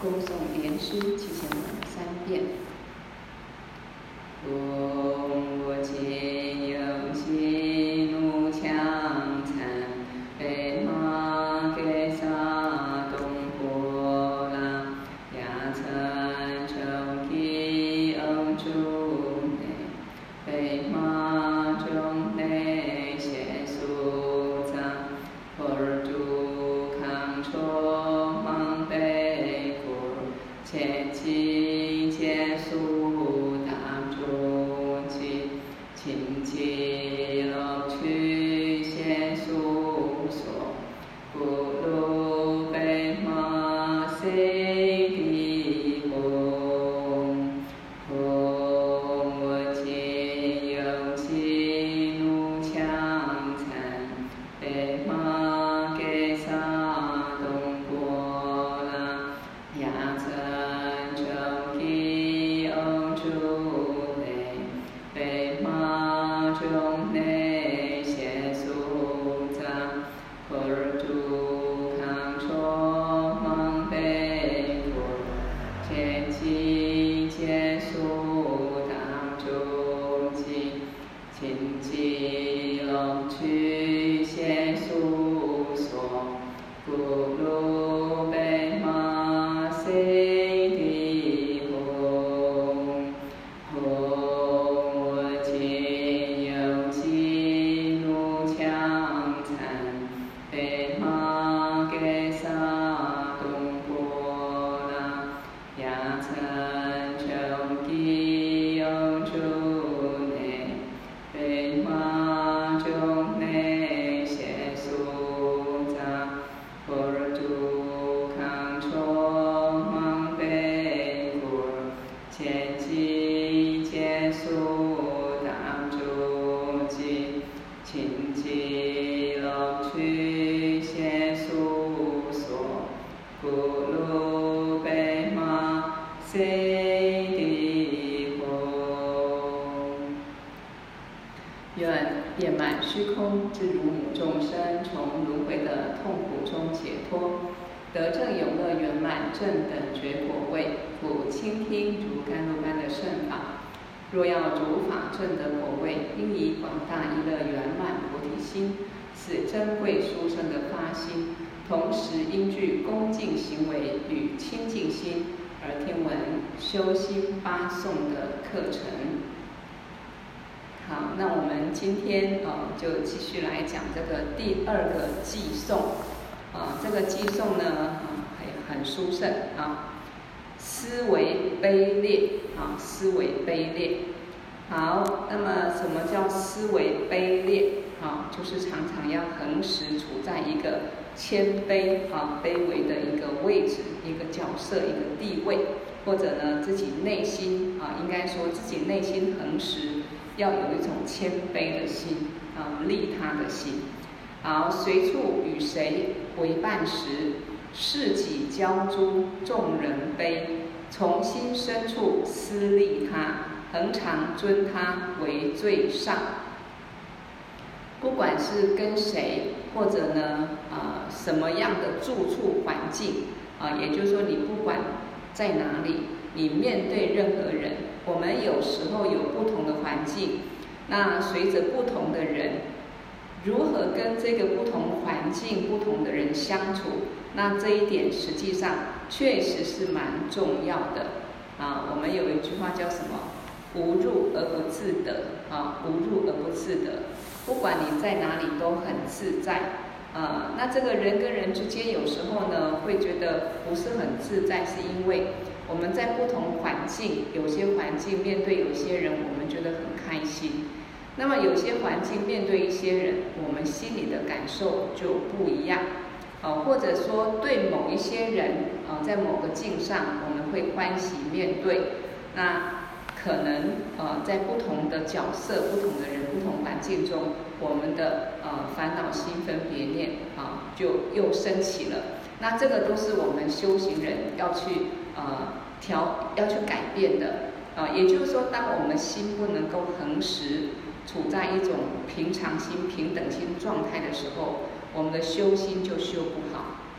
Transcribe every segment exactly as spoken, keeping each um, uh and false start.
恭诵莲师七千文三遍。恭我今有喜怒强残，被马给撒东波拉，亚参求吉欧诸内，被马中内谢苏藏，婆杜康戳芒贝古，切吉切苏达诸吉，亲吉乐趣谢苏所，古鲁贝马塞地吽。吽我今有喜怒强残，被马给撒东波拉，亚参求吉欧诸内，被马中内谢苏藏，婆杜康戳芒贝古，切吉切苏达诸吉，亲吉乐趣谢苏所，古鲁贝马塞地吽。吽我今有喜怒强残，被马给撒东波拉，亚参求吉欧诸内，被马中内谢苏藏，婆杜康戳芒贝古，切吉切苏达诸吉，亲吉乐趣谢苏所，古鲁贝马塞地吽。愿遍满虚空之如母众生，从轮回的痛苦中解脱，得正永乐圆满正等觉果位，故倾听如甘露般的圣法。若要如法正得果位，应以广大意乐圆满菩提心，是珍贵殊胜的发心，同时应具恭敬行为与清净心，而听闻修心八颂的课程。好，那我们今天呃就继续来讲这个第二个偈颂。啊，这个偈颂呢，啊很很殊胜啊。思维卑劣啊，思维卑劣。好，那么什么叫思维卑劣？啊，就是常常要恒时处在一个谦卑啊、卑微的一个位置、一个角色、一个地位，或者呢自己内心啊，应该说自己内心恒时要有一种谦卑的心啊，利他的心。好，随处与谁为伴时，事己交诸众人卑，从心深处思利他，恒常尊他为最上。不管是跟谁，或者呢，呃，什么样的住处环境，啊、呃，也就是说，你不管在哪里，你面对任何人，我们有时候有不同的环境，那随着不同的人，如何跟这个不同环境、不同的人相处，那这一点实际上确实是蛮重要的啊。我们有一句话叫什么？无入而不自得啊，无入而不自得。不管你在哪里都很自在啊。那这个人跟人之间有时候呢会觉得不是很自在，是因为我们在不同环境，有些环境面对有些人，我们觉得很开心。那么有些环境面对一些人，我们心里的感受就不一样，啊，或者说对某一些人，啊，在某个境上，我们会欢喜面对。那可能呃，在不同的角色、不同的人、不同环境中，我们的呃烦恼心、分别念啊，就又升起了。那这个都是我们修行人要去呃调、要去改变的啊。也就是说，当我们心不能够恒时处在一种平常心、平等心状态的时候，我们的修心就修不好。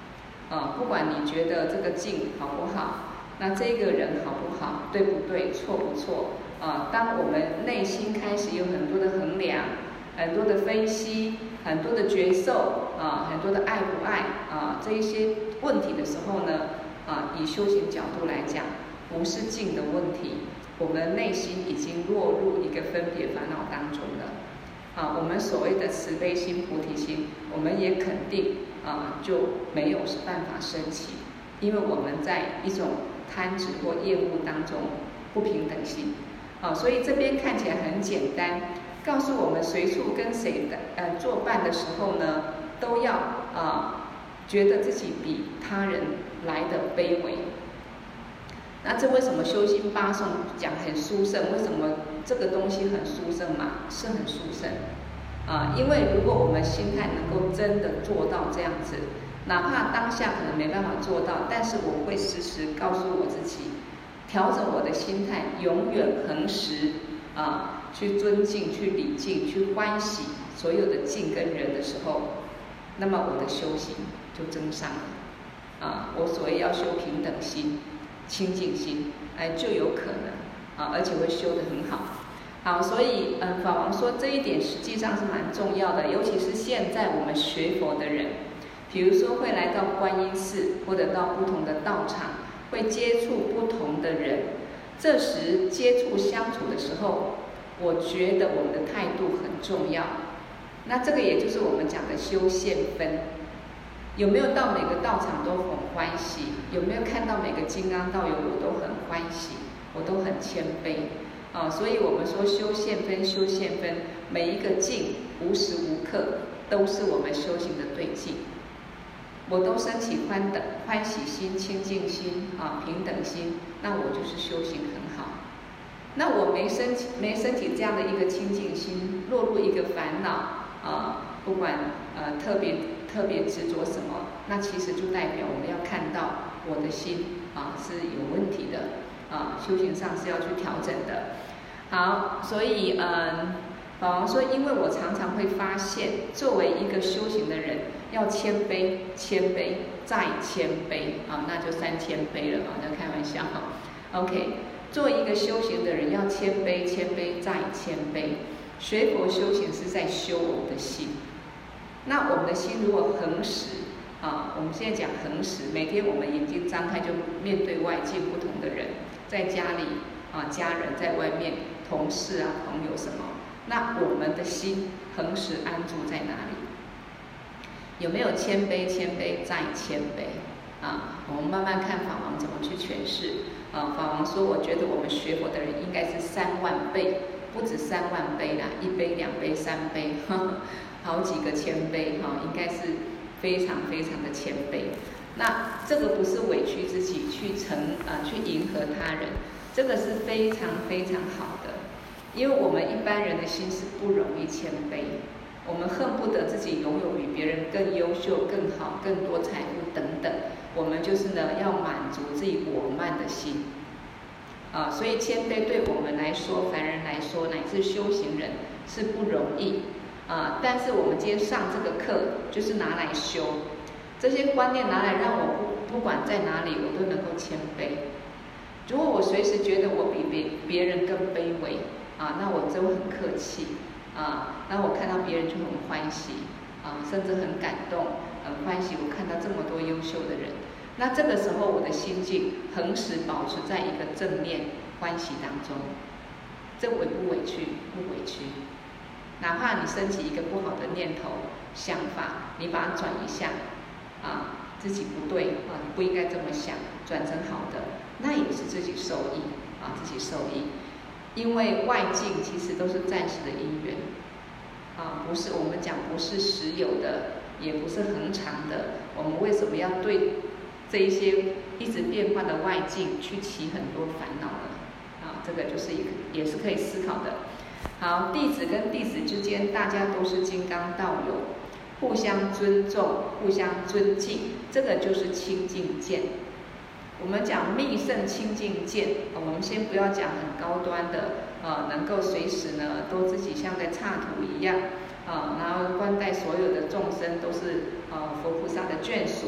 啊，不管你觉得这个境好不好，那这个人好不好，对不对，错不错啊？当我们内心开始有很多的衡量、很多的分析、很多的觉受啊、很多的爱不爱啊这一些问题的时候呢，啊，以修行角度来讲，不是境的问题，我们内心已经落入一个分别烦恼当中了。啊，我们所谓的慈悲心、菩提心，我们也肯定啊就没有办法升起，因为我们在一种贪执或厌恶当中不平等心。啊，所以这边看起来很简单，告诉我们随处跟谁的呃作伴的时候呢，都要啊觉得自己比他人来的卑微。那这为什么修心八颂讲很殊胜？为什么这个东西很殊胜嘛？是很殊胜啊！因为如果我们心态能够真的做到这样子，哪怕当下可能没办法做到，但是我会时时告诉我自己，调整我的心态，永远恒时啊，去尊敬、去礼敬、去欢喜所有的境跟人的时候，那么我的修行就增上了啊！我所谓要修平等心、清净心，哎，就有可能啊，而且会修得很好。好，所以嗯，法王说这一点实际上是蛮重要的，尤其是现在我们学佛的人，比如说会来到观音寺或者到不同的道场，会接触不同的人，这时接触相处的时候，我觉得我们的态度很重要。那这个也就是我们讲的修现分。有没有到每个道场都很欢喜？有没有看到每个金刚道友我都很欢喜，我都很谦卑啊！所以我们说修现分，修现分，每一个境无时无刻都是我们修行的对境。我都升起欢等、欢喜心、清净心啊、平等心，那我就是修行很好。那我没升起、没升起这样的一个清净心，落入一个烦恼啊，不管呃特别。特别执着什么，那其实就代表我们要看到我的心啊是有问题的啊，修行上是要去调整的。好，所以嗯，法王说，因为我常常会发现，作为一个修行的人，要谦卑、谦卑再谦卑啊，那就三谦卑了啊，在开玩笑哈。OK， 做一个修行的人要谦卑、谦卑再谦卑。学佛修行是在修我们的心。那我们的心如果恒时啊，我们现在讲恒时，每天我们眼睛张开就面对外界不同的人，在家里啊，家人在外面，同事啊，朋友什么，那我们的心恒时安住在哪里？有没有谦卑？谦卑再谦卑啊！我们慢慢看法王怎么去诠释啊。法王说，我觉得我们学佛的人应该是三万倍，不止三万倍啦，一杯、两杯、三杯。呵呵好几个谦卑哈，应该是非常非常的谦卑。那这个不是委屈自己去成啊、呃，去迎合他人，这个是非常非常好的。因为我们一般人的心是不容易谦卑，我们恨不得自己拥有比别人更优秀、更好、更多财富等等。我们就是呢，要满足自己我慢的心啊，所以谦卑对我们来说，凡人来说，乃至修行人是不容易。啊、呃！但是我们今天上这个课，就是拿来修这些观念，拿来让我不不管在哪里，我都能够谦卑。如果我随时觉得我比别别人更卑微啊，那我就很客气啊，那我看到别人就很欢喜啊，甚至很感动、很欢喜。我看到这么多优秀的人，那这个时候我的心境恒时保持在一个正面欢喜当中，这委不委屈？不委屈。哪怕你升起一个不好的念头、想法，你把它转一下，啊，自己不对啊，不应该这么想，转成好的，那也是自己受益啊，自己受益。因为外境其实都是暂时的因缘，啊，不是我们讲不是实有的，也不是恒常的。我们为什么要对这一些一直变化的外境去起很多烦恼呢？啊，这个就是一个也是可以思考的。好，弟子跟弟子之间，大家都是金刚道友，互相尊重，互相尊敬，这个就是清净见。我们讲密圣清净见，我们先不要讲很高端的，呃，能够随时呢都自己像在刹土一样，啊、呃，然后观待所有的众生都是呃佛菩萨的眷属，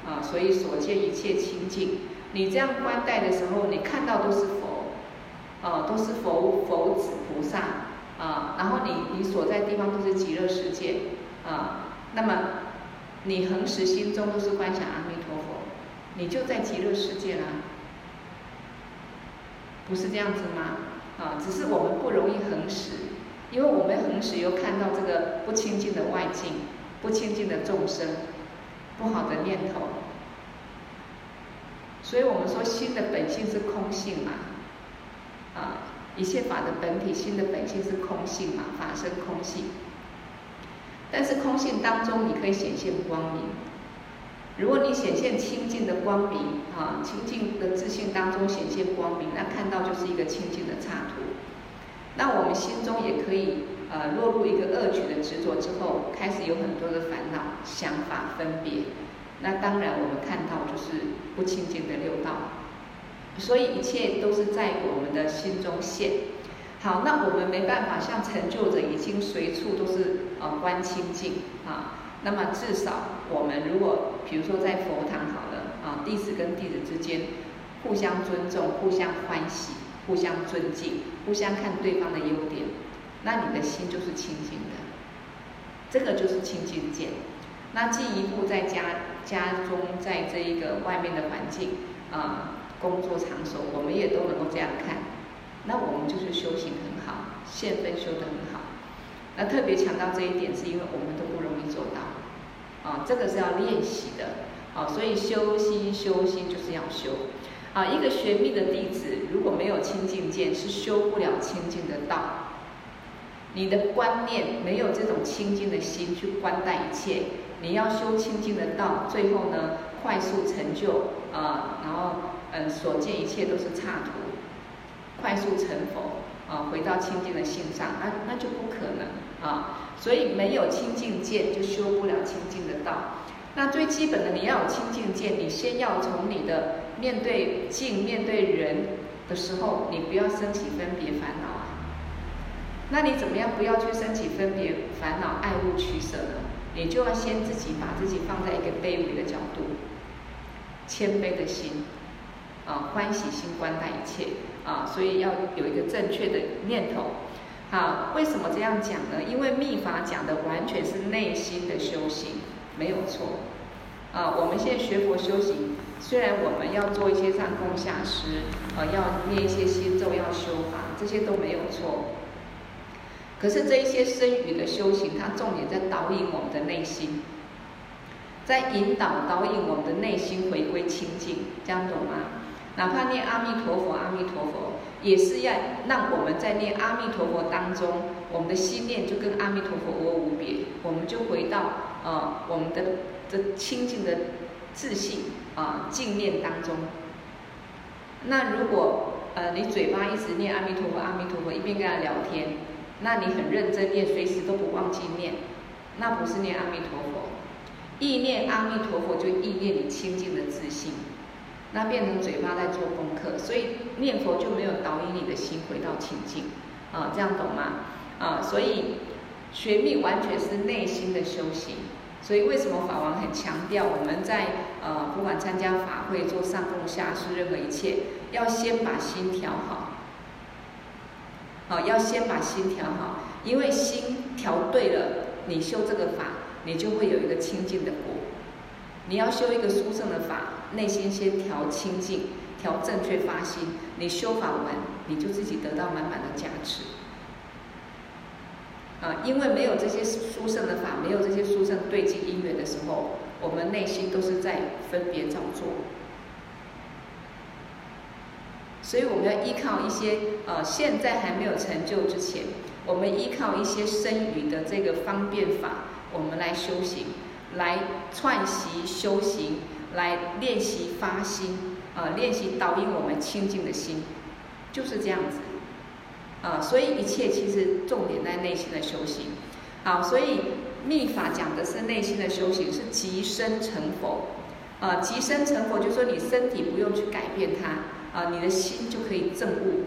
啊，所以所见一切清净。你这样观待的时候，你看到都是佛，啊，都是佛佛子菩萨啊，然后你你所在地方都是极乐世界啊，那么你恒时心中都是观想阿弥陀佛，你就在极乐世界啦，不是这样子吗？啊，只是我们不容易恒时，因为我们恒时又看到这个不清净的外境，不清净的众生，不好的念头。所以我们说心的本性是空性嘛，啊，一切法的本体，心的本性是空性嘛，法生空性。但是空性当中，你可以显现光明。如果你显现清净的光明，啊，清净的自性当中显现光明，那看到就是一个清净的刹土。那我们心中也可以，呃，落入一个恶取的执着之后，开始有很多的烦恼、想法、分别。那当然，我们看到就是不清净的六道，所以一切都是在我们的心中现。好，那我们没办法像成就者已经随处都是呃观清净啊。那么至少我们如果比如说在佛堂好了啊，弟子跟弟子之间互相尊重、互相欢喜、互相尊敬、互相看对方的优点，那你的心就是清净的，这个就是清净见。那进一步在家家中，在这一个外面的环境啊，工作场所，我们也都能够这样看，那我们就是修行很好，现分修得很好。那特别强调这一点，是因为我们都不容易做到，啊，这个是要练习的，啊，所以修心修心就是要修，啊，一个学密的弟子如果没有清净见，是修不了清净的道。你的观念没有这种清净的心去观待一切，你要修清净的道，最后呢，快速成就，啊，然后嗯，所见一切都是刹土，快速成佛。啊，回到清净的性上，那那就不可能啊！所以没有清净见，就修不了清净的道。那最基本的，你要有清净见，你先要从你的面对境、面对人的时候，你不要升起分别烦恼啊。那你怎么样不要去升起分别烦恼、爱恶取舍呢？你就要先自己把自己放在一个卑微的角度，谦卑的心，啊，欢喜心观待一切。啊，所以要有一个正确的念头。好，为什么这样讲呢？因为密法讲的完全是内心的修行，没有错。啊，我们现在学佛修行，虽然我们要做一些上供下施，呃，要念一些心咒，要修法，这些都没有错。可是这一些身语的修行，它重点在导引我们的内心，在引导导引我们的内心回归清净，这样懂吗？哪怕念阿弥陀佛，阿弥陀佛，也是要让我们在念阿弥陀佛当中，我们的心念就跟阿弥陀佛无无别，我们就回到呃我们的这清净的自信啊、呃、净念当中。那如果呃你嘴巴一直念阿弥陀佛，阿弥陀佛，一边跟他聊天，那你很认真念，随时都不忘记念，那不是念阿弥陀佛。意念阿弥陀佛，就意念你清净的自信。那变成嘴巴在做功课，所以念佛就没有导引你的心回到清净，啊，这样懂吗？啊，所以学密完全是内心的修行。所以为什么法王很强调我们在呃不管参加法会、做上供下施任何一切，要先把心调好，好、啊，要先把心调好，因为心调对了，你修这个法，你就会有一个清净的果。你要修一个殊胜的法，内心先调清净，调正确发心，你修法完，你就自己得到满满的加持。啊，因为没有这些殊胜的法，没有这些殊胜对境因缘的时候，我们内心都是在分别造作。所以我们要依靠一些呃，现在还没有成就之前，我们依靠一些身语的这个方便法，我们来修行。来串习修行，来练习发心，呃，练习导引我们清净的心，就是这样子，啊、呃，所以一切其实重点在内心的修行，好，所以密法讲的是内心的修行，是即身成佛，啊、呃，即身成佛就是说你身体不用去改变它，啊、呃，你的心就可以证悟，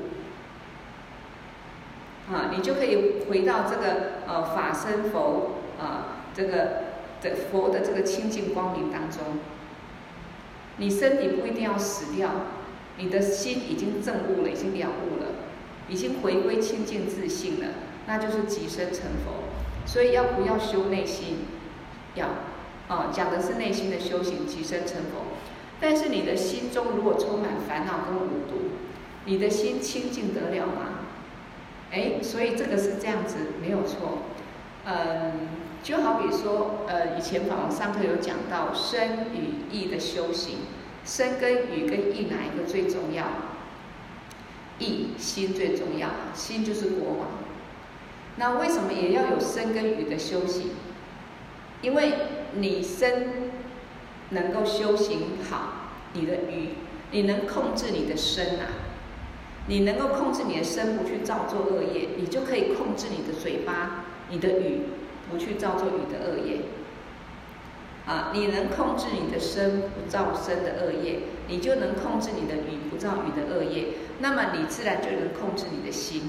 啊、呃，你就可以回到这个呃法身佛，啊、呃，这个。的佛的这个清净光明当中， 你身体不一定要死掉，你的心已经证悟了，已经了悟了，已经回归清净自性了，那就是即生成佛。所以要不要修内心？要，哦，讲的是内心的修行，即生成佛。但是你的心中如果充满烦恼跟五毒，你的心清净得了吗？哎，所以这个是这样子，没有错。嗯，就好比说，呃，以前法王上课有讲到身语意的修行，身跟语跟意哪一个最重要？意，心最重要，心就是国王。那为什么也要有身跟语的修行？因为你身能够修行好，你的语，你能控制你的身啊，你能够控制你的身不去造作恶业，你就可以控制你的嘴巴、你的语不去造作语的恶业。啊，你能控制你的身不造身的恶业，你就能控制你的语不造语的恶业，那么你自然就能控制你的心。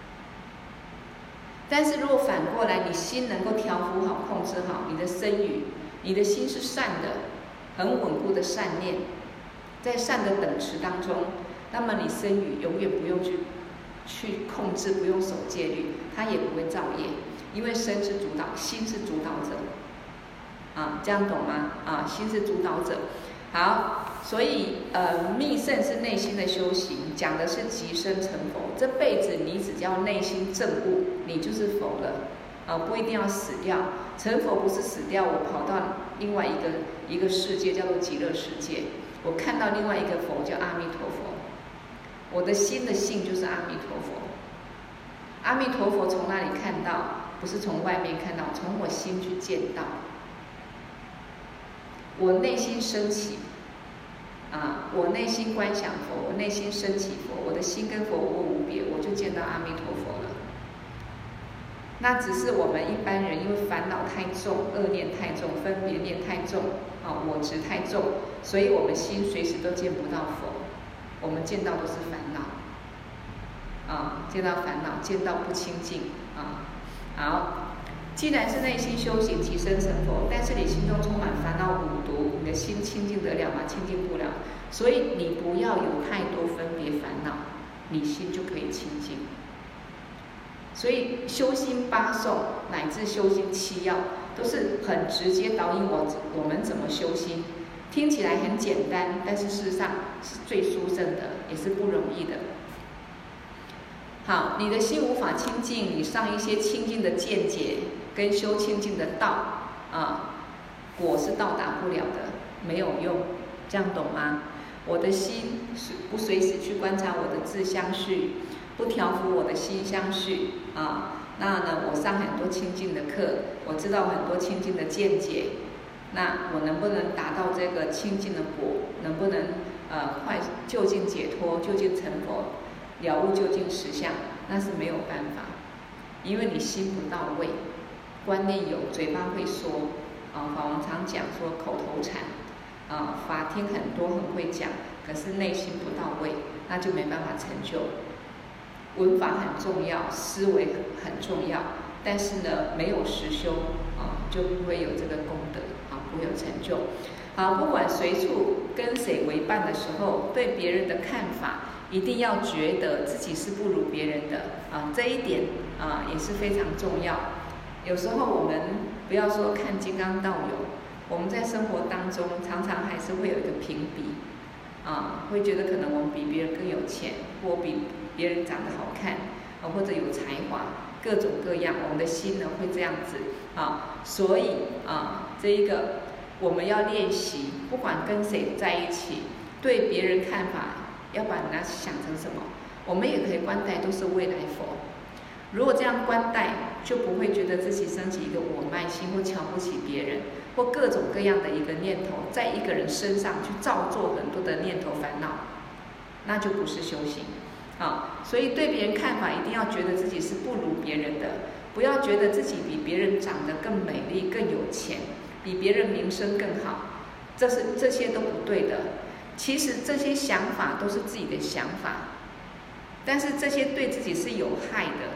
但是如果反过来，你心能够调伏好、控制好你的身语，你的心是善的，很稳固的善念，在善的等持当中，那么你身语永远不用去去控制，不用守戒律，它也不会造业，因为身是主导，心是主导者。啊，这样懂吗？啊，心是主导者。好，所以呃，密乘是内心的修行，讲的是即生成佛。这辈子你只要内心证悟，你就是佛了。啊，不一定要死掉。成佛不是死掉，我跑到另外一个一个世界，叫做极乐世界。我看到另外一个佛叫阿弥陀佛。我的心的性就是阿弥陀佛。阿弥陀佛从哪里看到？不是从外面看到，从我心去见到。我内心升起，啊，我内心观想佛，我内心升起佛，我的心跟佛无无别，我就见到阿弥陀佛了。那只是我们一般人因为烦恼太重、恶念太重、分别念太重、啊我执太重，所以我们心随时都见不到佛，我们见到都是烦恼，啊，见到烦恼，见到不清净，啊，好。既然是内心修行即生成佛，但是你心中充满烦恼五毒，你的心清净得了吗？清净不了。所以你不要有太多分别烦恼，你心就可以清净。所以修心八颂乃至修心七要，都是很直接导引我我们怎么修心。听起来很简单，但是事实上是最殊胜的，也是不容易的。好，你的心无法清净，你上一些清净的见解跟修清净的道啊，果是到达不了的，没有用，这样懂吗？我的心不随时去观察我的自相续，不调伏我的心相续啊，那呢，我上很多清净的课，我知道很多清净的见解，那我能不能达到这个清净的果？能不能呃快就近解脱，就近成佛？了悟究竟实相，那是没有办法，因为你心不到位，观念有，嘴巴会说，啊，法王常讲说口头禅，啊，法听很多很会讲，可是内心不到位，那就没办法成就。文法很重要，思维很重要，但是呢，没有实修，啊，就不会有这个功德，啊，不会有成就。好，不管随处跟谁为伴的时候，对别人的看法。一定要觉得自己是不如别人的啊，这一点啊也是非常重要。有时候我们不要说看金刚道友，我们在生活当中常常还是会有一个评比啊，会觉得可能我们比别人更有钱，或比别人长得好看，啊或者有才华，各种各样，我们的心呢会这样子啊。所以啊，这一个我们要练习，不管跟谁在一起，对别人看法。要把人家想成什么？我们也可以观待都是未来佛。如果这样观待，就不会觉得自己升起一个我慢心，或瞧不起别人，或各种各样的一个念头，在一个人身上去造作很多的念头烦恼，那就不是修行。啊，所以对别人看法一定要觉得自己是不如别人的，不要觉得自己比别人长得更美丽、更有钱，比别人名声更好，这是这些都不对的。其实这些想法都是自己的想法，但是这些对自己是有害的。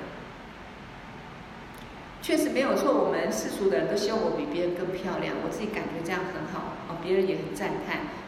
确实没有错，我们世俗的人都希望我比别人更漂亮，我自己感觉这样很好，哦，别人也很赞叹，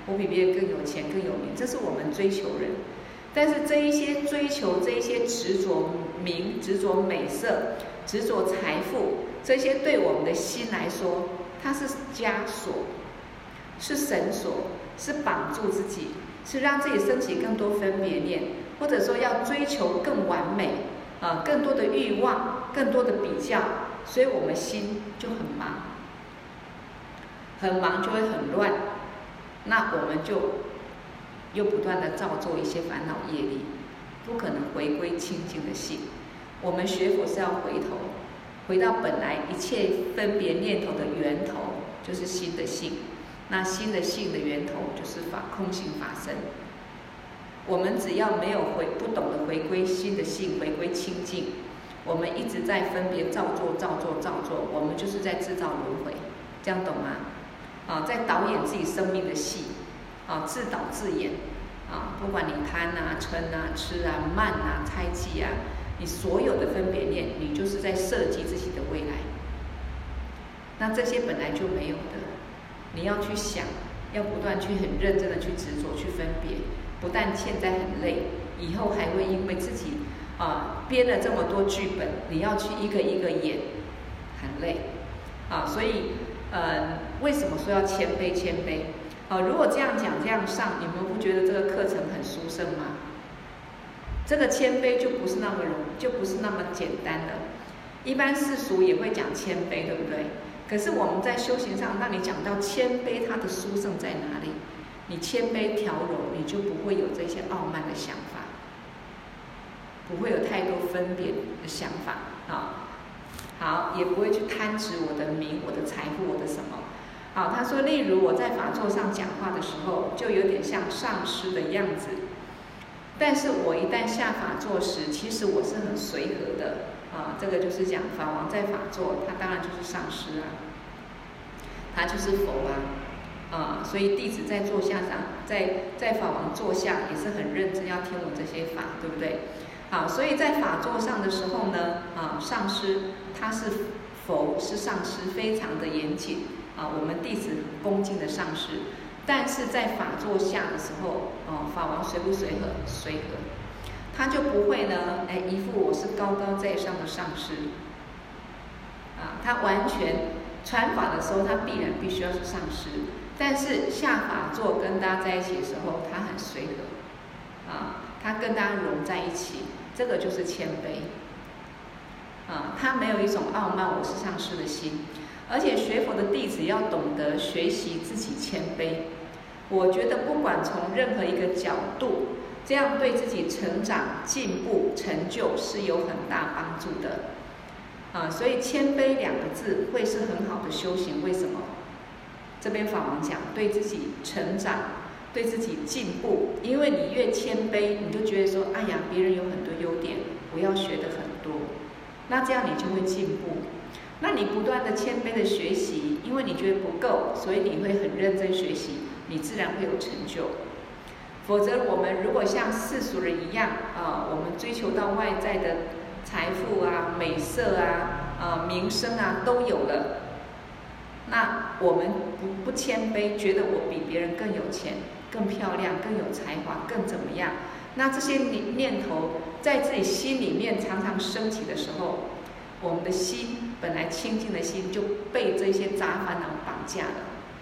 我比别人更有钱、更有名，这是我们追求人。但是这一些追求、这一些执着名、执着美色、执着财富，这些对我们的心来说，它是枷锁，是绳索，是绑住自己，是让自己升起更多分别念，或者说要追求更完美啊、呃，更多的欲望，更多的比较，所以我们心就很忙，很忙就会很乱，那我们就又不断的造作一些烦恼业力，不可能回归清净的性。我们学佛是要回头，回到本来一切分别念头的源头，就是心的性。那心的性的源头就是法空性法身。我们只要没有回不懂得回归心的性，回归清净，我们一直在分别造作造作造作，我们就是在制造轮回，这样懂吗？啊，在导演自己生命的戏，啊，自导自演，啊，不管你贪啊、嗔啊、痴啊、慢啊、猜忌啊，你所有的分别念，你就是在设计自己的未来。那这些本来就没有的，你要去想，要不断去很认真的去执着、去分别，不但现在很累，以后还会因为自己啊编了这么多剧本，你要去一个一个演，很累，啊，所以呃，为什么说要谦卑？谦卑。好，如果这样讲这样上，你们不觉得这个课程很殊胜吗？这个谦卑就不是那么容，就不是那么简单的。一般世俗也会讲谦卑，对不对？可是我们在修行上，让你讲到谦卑，它的殊胜在哪里？你谦卑调柔，你就不会有这些傲慢的想法，不会有太多分别的想法啊。好，也不会去贪执我的名、我的财富、我的什么。好，他说，例如我在法座上讲话的时候，就有点像上师的样子。但是我一旦下法座时，其实我是很随和的啊。这个就是讲法王在法座，他当然就是上师啊，他就是佛啊。啊，所以弟子在座下上，在在法王座下也是很认真要听我这些法，对不对？好，所以在法座上的时候呢，啊，上师他是佛，是上师，非常的严谨啊，我们弟子恭敬的上师。但是在法座下的时候，哦，法王随不随和？随和，他就不会呢，哎，一副我是高高在上的上师，啊，他完全传法的时候，他必然必须要是上师，但是下法座跟大家在一起的时候，他很随和，啊，他跟大家融在一起，这个就是谦卑，啊，他没有一种傲慢我是上师的心，而且学佛的弟子要懂得学习自己谦卑。我觉得不管从任何一个角度，这样对自己成长、进步、成就是有很大帮助的。啊，所以谦卑两个字会是很好的修行。为什么？这边法王讲，对自己成长，对自己进步，因为你越谦卑，你就觉得说，哎呀，别人有很多优点，我要学的很多，那这样你就会进步。那你不断的谦卑的学习，因为你觉得不够，所以你会很认真学习，你自然会有成就。否则我们如果像世俗人一样啊，我们追求到外在的财富啊、美色啊、啊名声啊都有了，那我们不不谦卑，觉得我比别人更有钱、更漂亮、更有才华、更怎么样？那这些念头在自己心里面常常升起的时候，我们的心本来清净的心就被这些杂烦恼绑架了。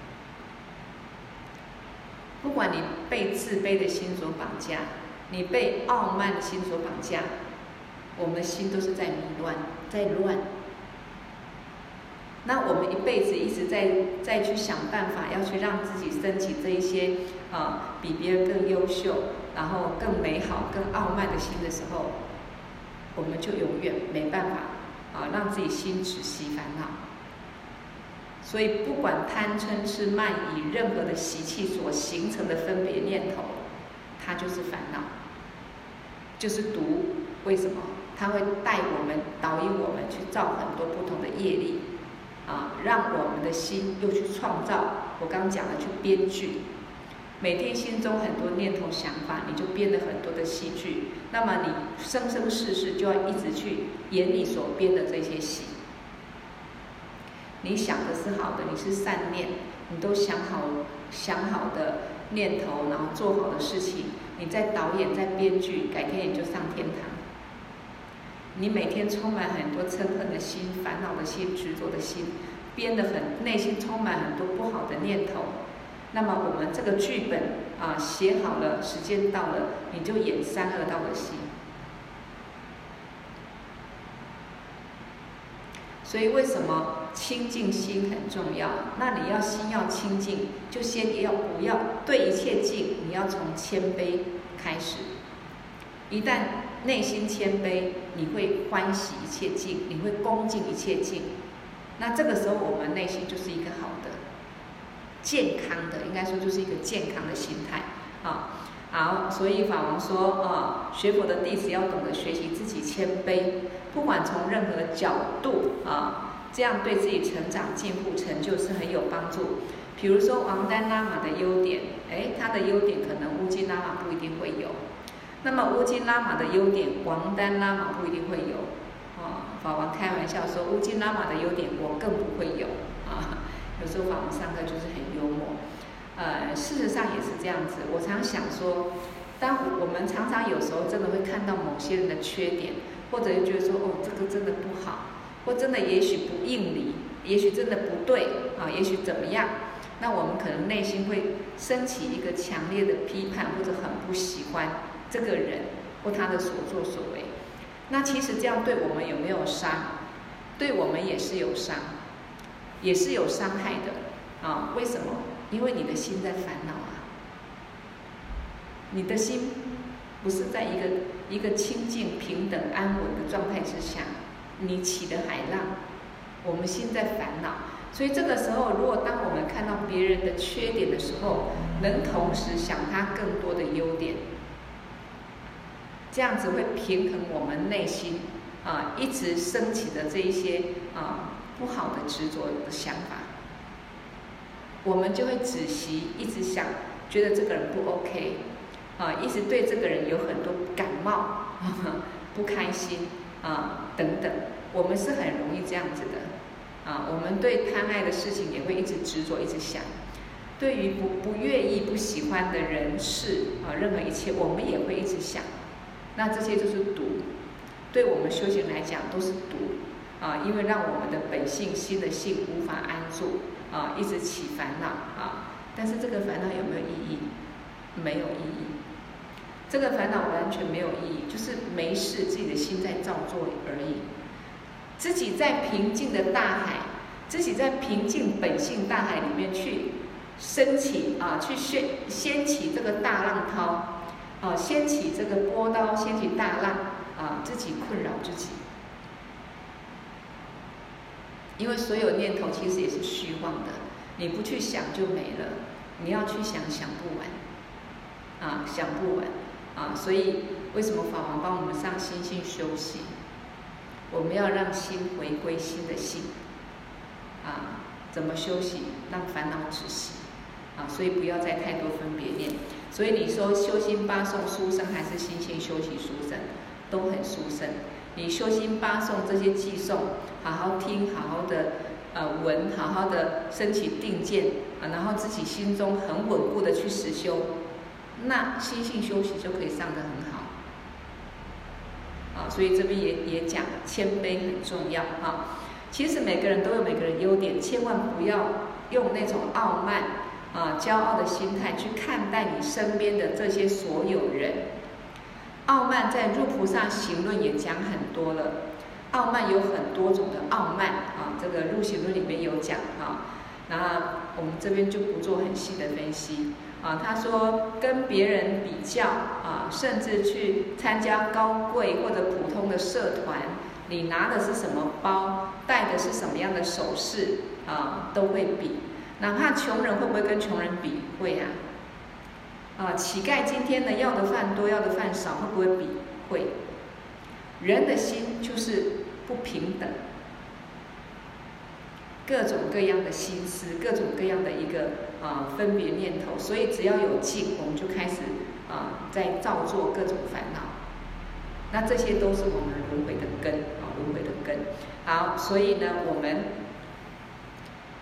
不管你被自卑的心所绑架，你被傲慢的心所绑架，我们的心都是在迷乱，在乱。那我们一辈子一直在在去想办法，要去让自己升起这一些啊比别人更优秀，然后更美好、更傲慢的心的时候，我们就永远没办法啊让自己心止息烦恼。所以不管贪嗔痴慢疑任何的习气所形成的分别念头，它就是烦恼，就是毒。为什么？它会带我们、导引我们去造很多不同的业力，啊，让我们的心又去创造。我刚讲的去编剧，每天心中很多念头想法，你就编了很多的戏剧。那么你生生世世就要一直去演你所编的这些戏。你想的是好的，你是善念，你都想好想好的念头，然后做好的事情，你在导演，在编剧，改天你就上天堂。你每天充满很多嗔恨的心、烦恼的心、执着的心，编得很，内心充满很多不好的念头。那么我们这个剧本啊写好了，时间到了，你就演三恶道的戏。所以为什么清净心很重要？那你要心要清净，就先要不要对一切敬，你要从谦卑开始。一旦内心谦卑，你会欢喜一切敬，你会恭敬一切敬。那这个时候我们内心就是一个好的、健康的，应该说就是一个健康的心态啊。好，所以法王说啊，学佛的弟子要懂得学习自己谦卑，不管从任何角度啊，这样对自己成长、进步、成就是很有帮助。比如说王丹喇嘛的优点，哎，他的优点可能乌金喇嘛不一定会有。那么乌金喇嘛的优点，王丹喇嘛不一定会有。啊，法王开玩笑说，乌金喇嘛的优点我更不会有啊。有时候法王上课就是很幽默。呃，事实上也是这样子。我常想说，当我们常常有时候真的会看到某些人的缺点，或者觉得说，哦，这个真的不好，或真的也许不应理，也许真的不对啊，也许怎么样，那我们可能内心会升起一个强烈的批判，或者很不喜欢这个人或他的所作所为。那其实这样对我们有没有伤？对我们也是有伤，也是有伤害的啊。为什么？因为你的心在烦恼啊，你的心不是在一个一个清净、平等、安稳的状态之下，你起的海浪，我们心在烦恼。所以这个时候，如果当我们看到别人的缺点的时候，能同时想他更多的优点，这样子会平衡我们内心啊一直升起的这一些啊不好的执着的想法。我们就会仔细一直想，觉得这个人不 OK， 啊，一直对这个人有很多感冒、呵呵不开心啊等等，我们是很容易这样子的啊。我们对贪爱的事情也会一直执着，一直想。对于不不愿意、不喜欢的人事啊，任何一切，我们也会一直想。那这些就是毒，对我们修行来讲都是毒啊，因为让我们的本性、心的性无法安住。啊，一直起烦恼啊，但是这个烦恼有没有意义？没有意义。这个烦恼完全没有意义，就是没事，自己的心在造作而已。自己在平静的大海，自己在平静本性大海里面去升起啊，去掀掀起这个大浪涛，啊，掀起这个波涛，掀起大浪啊，自己困扰自己。因为所有念头其实也是虚妄的，你不去想就没了，你要去想，想不完，啊，想不完，啊，所以为什么法王帮我们上心性修习？我们要让心回归心的性，啊，怎么修习？让烦恼止息，啊，所以不要再太多分别念。所以你说修心八颂殊胜还是心性修习殊胜，都很殊胜。你修心八颂这些偈颂，好好听，好好的呃闻，好好的升起定见啊，然后自己心中很稳固的去实修，那心性修习就可以上得很好。啊，所以这边也也讲谦卑很重要啊。其实每个人都有每个人优点，千万不要用那种傲慢啊、骄傲的心态去看待你身边的这些所有人。傲慢在《入菩萨行论》也讲很多了，傲慢有很多种的傲慢啊，这个《入行论》里面有讲啊，那我们这边就不做很细的分析啊。他说跟别人比较啊，甚至去参加高贵或者普通的社团，你拿的是什么包，戴的是什么样的首饰啊，都会比。哪怕穷人会不会跟穷人比？会啊。啊，乞丐今天呢要的饭多，要的饭少，会不会比？会。人的心就是不平等，各种各样的心思，各种各样的一个啊分别念头，所以只要有境，我们就开始啊在造作各种烦恼。那这些都是我们轮回的根啊，轮回的根。好，所以呢，我们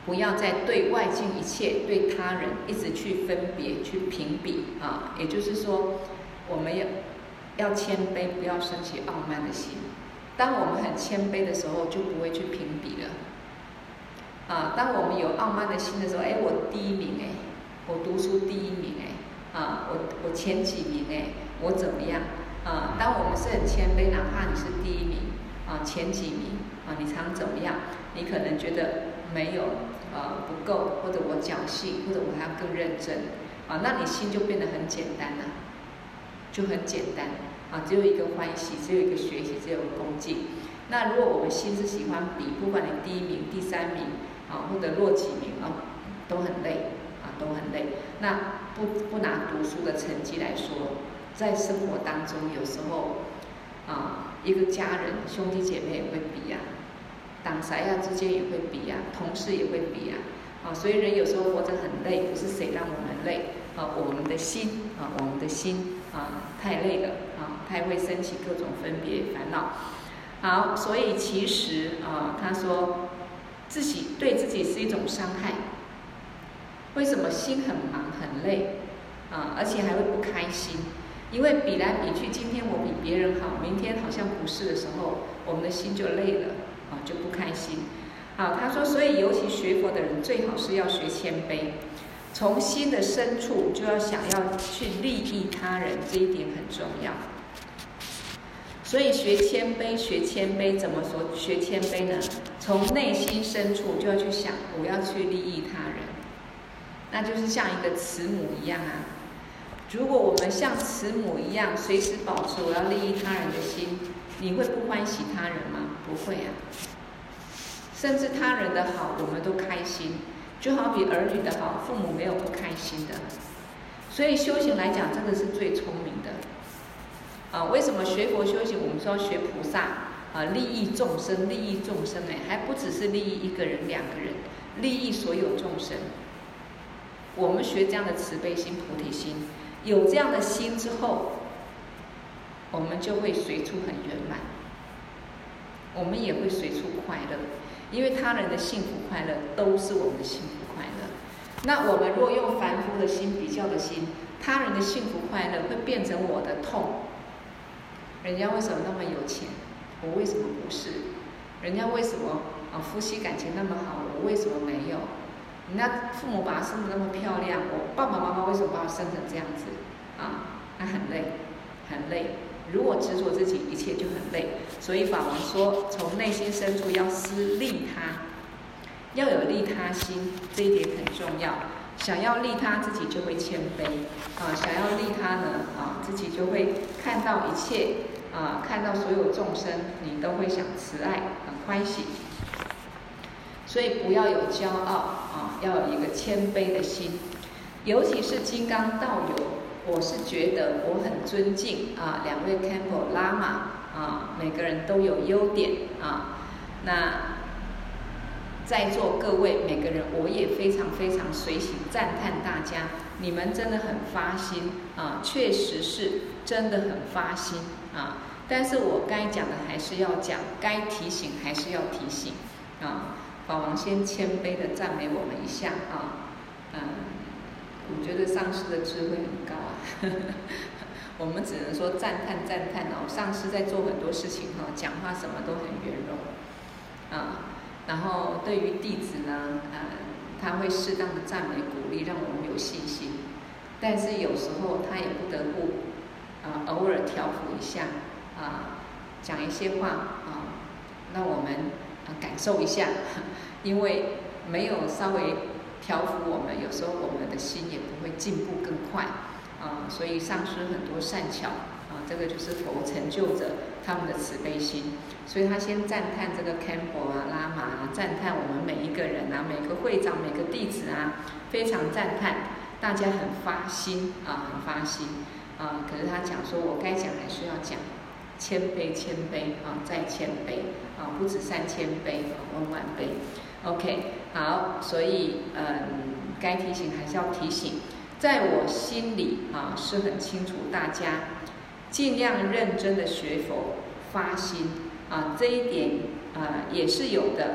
不要再对外境一切、对他人一直去分别、去评比啊。也就是说，我们要要谦卑，不要升起傲慢的心。当我们很谦卑的时候，就不会去评比了。啊，当我们有傲慢的心的时候，哎，我第一名哎，我读书第一名哎，啊，我我前几名哎，我怎么样？啊，当我们是很谦卑，哪怕你是第一名啊，前几名啊，你常怎么样？你可能觉得没有呃不够，或者我侥幸，或者我还要更认真啊，那你心就变得很简单了，就很简单啊，只有一个欢喜，只有一个学习，只有一个恭敬。那如果我们心是喜欢比，不管你第一名、第三名啊，或者落几名啊，都很累啊，都很累。那不不拿读书的成绩来说，在生活当中有时候啊，一个家人兄弟姐妹也会比啊，党塞呀之间也会比啊，同事也会比啊，啊，所以人有时候活着很累，不是谁让我们累啊，我们的心啊，我们的心啊太累了啊，太会升起各种分别烦恼。好，所以其实啊，他说自己对自己是一种伤害。为什么心很忙很累啊，而且还会不开心？因为比来比去，今天我比别人好，明天好像不是的时候，我们的心就累了啊，就不开心。好，他说，所以尤其学佛的人，最好是要学谦卑，从心的深处就要想要去利益他人，这一点很重要。所以学谦卑，学谦卑怎么说？学谦卑呢？从内心深处就要去想，我要去利益他人，那就是像一个慈母一样啊。如果我们像慈母一样，随时保持我要利益他人的心，你会不欢喜他人吗？不会啊。甚至他人的好，我们都开心，就好比儿女的好，父母没有不开心的。所以修行来讲，真的是最聪明的。啊，为什么学佛修行？我们说要学菩萨啊，利益众生，利益众生哎，还不只是利益一个人、两个人，利益所有众生。我们学这样的慈悲心、菩提心，有这样的心之后，我们就会随处很圆满，我们也会随处快乐，因为他人的幸福快乐都是我们的幸福快乐。那我们若用凡夫的心、比较的心，他人的幸福快乐会变成我的痛。人家为什么那么有钱，我为什么不是？人家为什么啊夫妻感情那么好，我为什么没有？人家父母把他生得那么漂亮，我爸爸妈妈为什么把我生成这样子？啊，那很累，很累。如果执着自己，一切就很累。所以法王说，从内心深处要思利他，要有利他心，这一点很重要。想要利他，自己就会谦卑啊；想要利他呢，啊，自己就会看到一切啊，看到所有众生，你都会想慈爱，很欢喜。所以不要有骄傲啊，要有一个谦卑的心。尤其是金刚道友，我是觉得我很尊敬啊，两位 Campbell 喇嘛啊，每个人都有优点啊。那在座各位每个人，我也非常非常随喜赞叹大家，你们真的很发心啊，确实是真的很发心啊。但是我该讲的还是要讲，该提醒还是要提醒啊。法王先谦卑的赞美我们一下啊，嗯，我觉得上师的智慧很高啊，呵呵，我们只能说赞叹赞叹哦。上师在做很多事情哈，讲话什么都很圆融啊。然后对于弟子呢，呃，他会适当的赞美鼓励，让我们有信心。但是有时候他也不得不，啊、呃，偶尔调伏一下啊、呃，讲一些话啊、呃，让我们、呃、感受一下。因为没有稍微调伏我们，有时候我们的心也不会进步更快啊、呃。所以上师很多善巧啊、呃，这个就是佛成就者他们的慈悲心。所以他先赞叹这个 Campbell 啊、喇嘛啊，赞叹我们每一个人啊，每个会长、每个弟子啊，非常赞叹，大家很发心啊，很发心啊。可是他讲说，我该讲还是要讲，谦卑，谦卑啊，再谦卑啊，不止三千杯啊，万万杯。OK， 好，所以嗯，该提醒还是要提醒，在我心里啊是很清楚，大家尽量认真的学佛，发心。啊，这一点啊、呃、也是有的。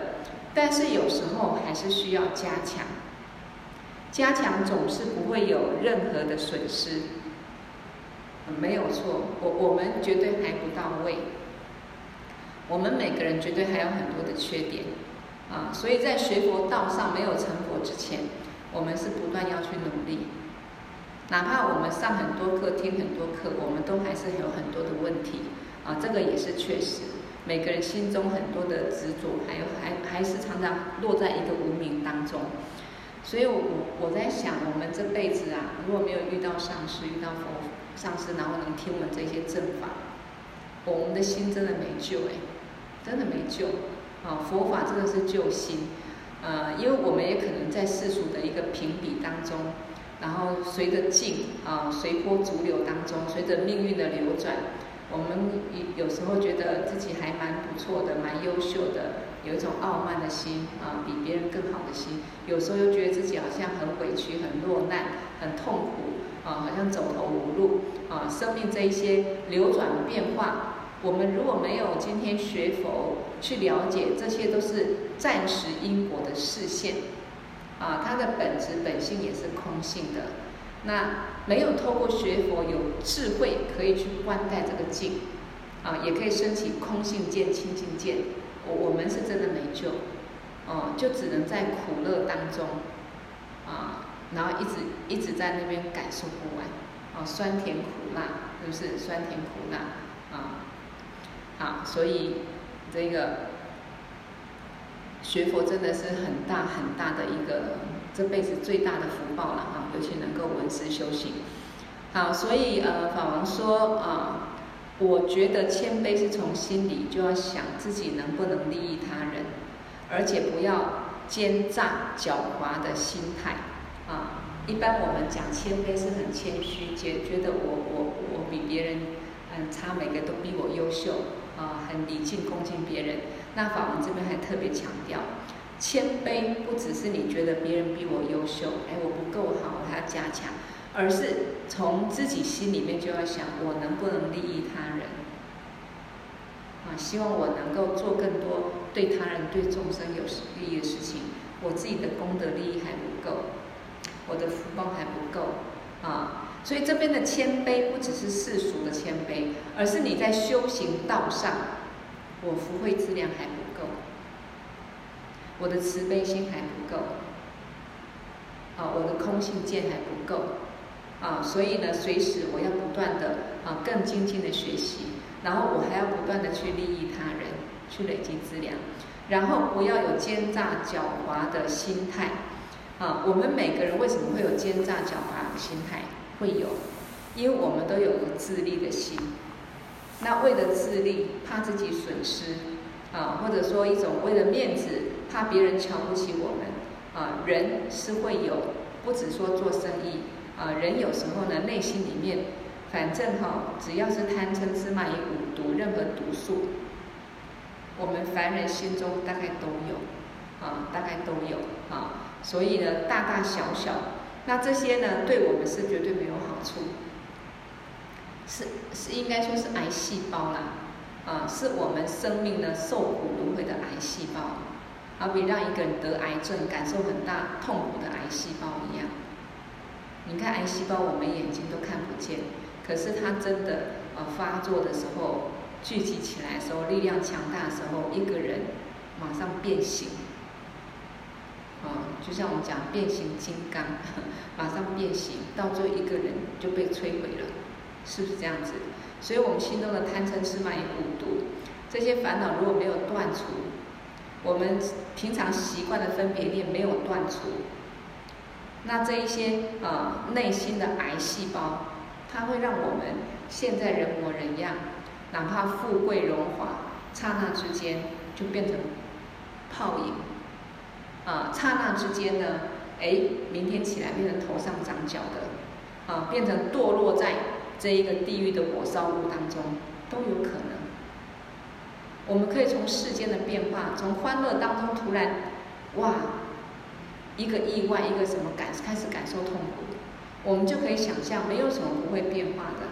但是有时候还是需要加强。加强总是不会有任何的损失，没有错，我我们绝对还不到位，我们每个人绝对还有很多的缺点啊，所以在学佛道上没有成佛之前，我们是不断要去努力。哪怕我们上很多课、听很多课，我们都还是有很多的问题啊，这个也是确实。每个人心中很多的执着，还有还还是常常落在一个无明当中。所以我，我我在想，我们这辈子啊，如果没有遇到上师、遇到佛上师，然后能听闻这些正法，我们的心真的没救哎，真的没救啊！佛法真的是救心，呃，因为我们也可能在世俗的一个评比当中，然后随着境啊，随波逐流当中，随着命运的流转，我们有时候觉得自己还蛮不错的，蛮优秀的。有一种傲慢的心啊，比别人更好的心。有时候又觉得自己好像很委屈、很落难、很痛苦啊，好像走投无路啊。生命这一些流转变化，我们如果没有今天学佛去了解，这些都是暂时因果的示现啊，它的本质本性也是空性的。那没有透过学佛有智慧，可以去观待这个境啊，也可以升起空性见、清净见。我们是真的没救，哦、呃，就只能在苦乐当中，啊、呃，然后一直一直在那边感受不完，哦、呃，酸甜苦辣，是不是？酸甜苦辣，啊、呃，好，所以这个学佛真的是很大很大的一个这辈子最大的福报了哈，尤其能够闻思修行。好，所以呃，法王说啊。呃我觉得谦卑是从心里就要想自己能不能利益他人，而且不要奸诈狡猾的心态啊。一般我们讲谦卑是很谦虚，觉觉得我我我比别人很差，每个都比我优秀啊，很礼敬恭敬别人。那法王这边还特别强调，谦卑不只是你觉得别人比我优秀，哎，我不够好，我还要加强。而是从自己心里面就要想，我能不能利益他人啊？希望我能够做更多对他人、对众生有利益的事情。我自己的功德利益还不够，我的福报还不够啊！所以这边的谦卑不只是世俗的谦卑，而是你在修行道上，我福慧资粮还不够，我的慈悲心还不够啊，我的空性见还不够。啊，所以呢，随时我要不断的啊更精进的学习，然后我还要不断的去利益他人，去累积资粮，然后不要有奸诈狡猾的心态。啊，我们每个人为什么会有奸诈狡猾的心态？会有，因为我们都有个自利的心。那为了自利，怕自己损失啊，或者说一种为了面子，怕别人瞧不起我们啊，人是会有，不只说做生意。啊，人有时候呢，内心里面，反正哈、哦，只要是贪嗔痴慢疑五毒，任何毒素，我们凡人心中大概都有，啊，大概都有啊。所以呢，大大小小，那这些呢，对我们是绝对没有好处，是是应该说是癌细胞啦，啊，是我们生命呢受苦轮回的癌细胞，好比让一个人得癌症，感受很大痛苦的癌细胞一样。你看癌细胞，我们眼睛都看不见，可是它真的呃发作的时候，聚集起来的时候，力量强大的时候，一个人马上变形，啊、呃，就像我们讲变形金刚，马上变形，到最后一个人就被摧毁了，是不是这样子？所以我们心中的贪嗔痴慢疑五毒，这些烦恼如果没有断除，我们平常习惯的分别念没有断除。那这一些呃内心的癌细胞，它会让我们现在人模人样，哪怕富贵荣华，刹那之间就变成泡影，啊、呃，刹那之间呢，哎，明天起来变成头上长角的，啊、呃，变成堕落在这一个地狱的火烧炉当中，都有可能。我们可以从世间的变化，从欢乐当中突然，哇！一个意外，一个什么感开始感受痛苦，我们就可以想象，没有什么不会变化的。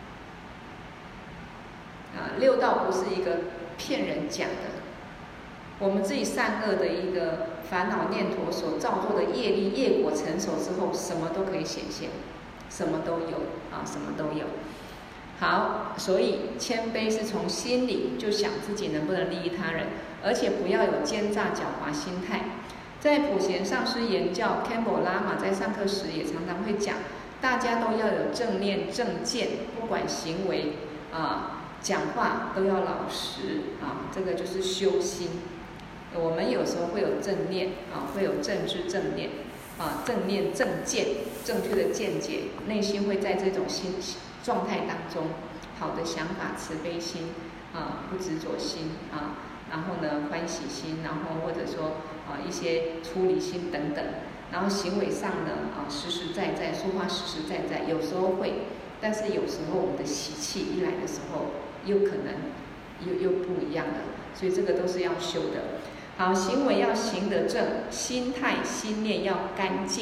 啊，六道不是一个骗人讲的， 我们自己善恶的一个烦恼念头所造作的业力业果成熟之后，什么都可以显现，什么都有啊，什么都有。好，所以谦卑是从心里就想自己能不能利益他人，而且不要有奸诈狡猾心态。在普贤上师言教 Campbell Lama 在上课时也常常会讲，大家都要有正念正见，不管行为啊、讲话都要老实啊，这个就是修心。我们有时候会有正念啊，会有正知正念啊，正念正见，正确的见解，内心会在这种心状态当中，好的想法、慈悲心啊，不执着心啊，然后呢欢喜心，然后或者说啊一些出离心等等，然后行为上呢啊实实在在，说话实实在在，有时候会，但是有时候我们的习气一来的时候，又可能又又不一样了，所以这个都是要修的。好，行为要行得正，心态心念要干净，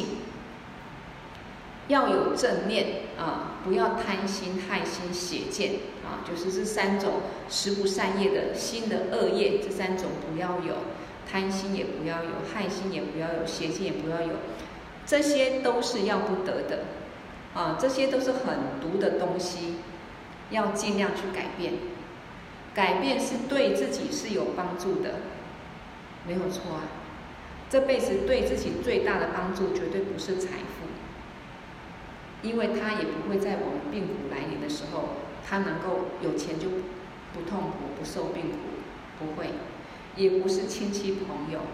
要有正念啊，不要贪心、害心、邪见啊，就是这三种十不善业的心的恶业，这三种不要有，贪心也不要有，害心也不要有，邪见也不要有，这些都是要不得的啊，这些都是很毒的东西，要尽量去改变，改变是对自己是有帮助的。没有错啊，这辈子对自己最大的帮助绝对不是财富，因为他也不会在我们病苦来临的时候，他能够有钱就不痛苦、不受病苦，不会，也不是亲戚朋友。